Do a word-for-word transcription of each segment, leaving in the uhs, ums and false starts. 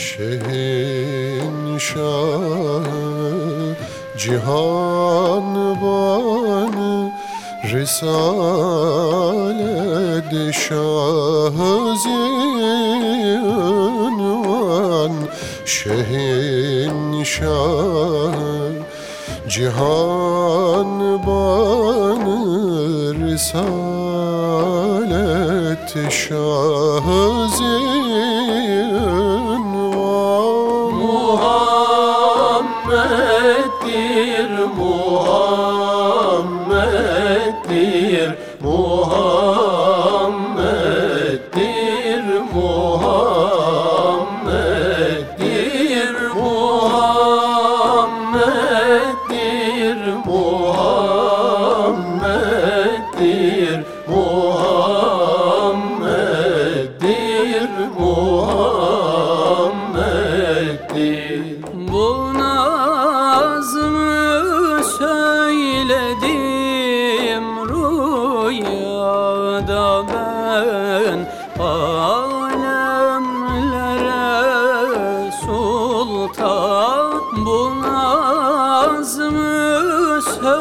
şehinşahı cihan banı Risalet şahı zinvan şehinşahı cihan banı Risalet şahı zinvan Muhammed'dir, Muhammed'dir, Muhammed'dir, Muhammed'dir, Muhammed'dir, Muhammed'dir, Muhammed'dir, Muhammed'dir. Bu nazımı söyledim rüyada ben alemlere sultan. Bu nazımı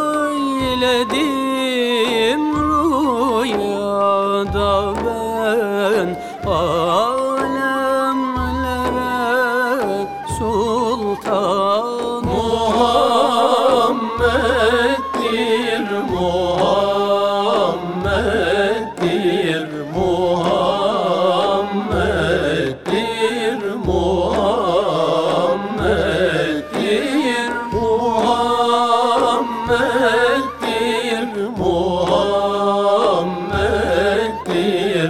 söyledim rüyada ben alemlere sultan. Muhammed'dir, Muhammed'dir, Muhammed'dir, Muhammed'dir, Muhammed'dir, Muhammed'dir,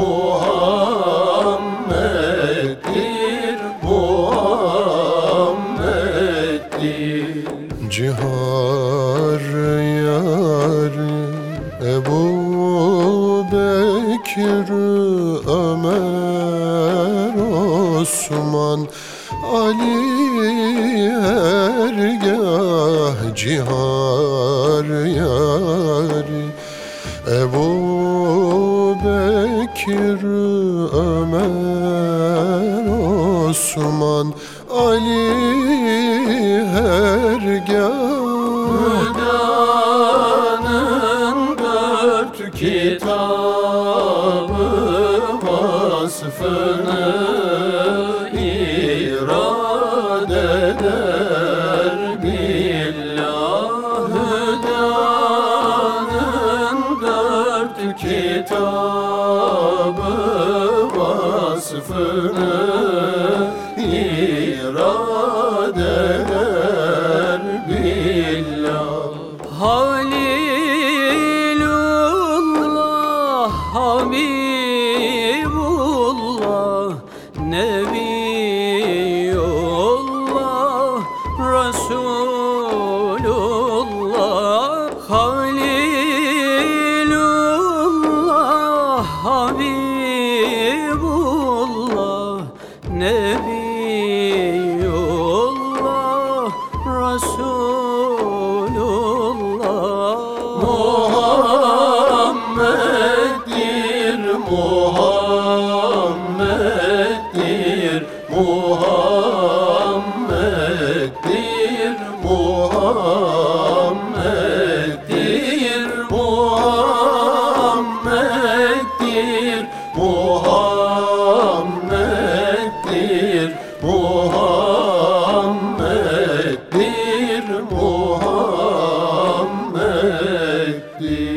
Muhammed'dir, Muhammed'dir. Cihar yâri Ebu Bekir, Ömer, Osman, Ali hergah. Cihar yâri Ebu Bekir, Ömer, Osman, Ali hergah. Hüdanın dört kitabı vasfını irad eder billah. Hüdanın dört kitabı vasfını irad eder billah. Halilullah, Habibullah, Nebiyullah, Resulullah. Halilullah, Habibullah, Nebiyullah, Resulullah. Muhammed'dir, Muhammed'dir, Muhammed'dir, Muhammed'dir, Muhammed'dir, Muhammed'dir, Muhammed'dir, Muhammed'dir.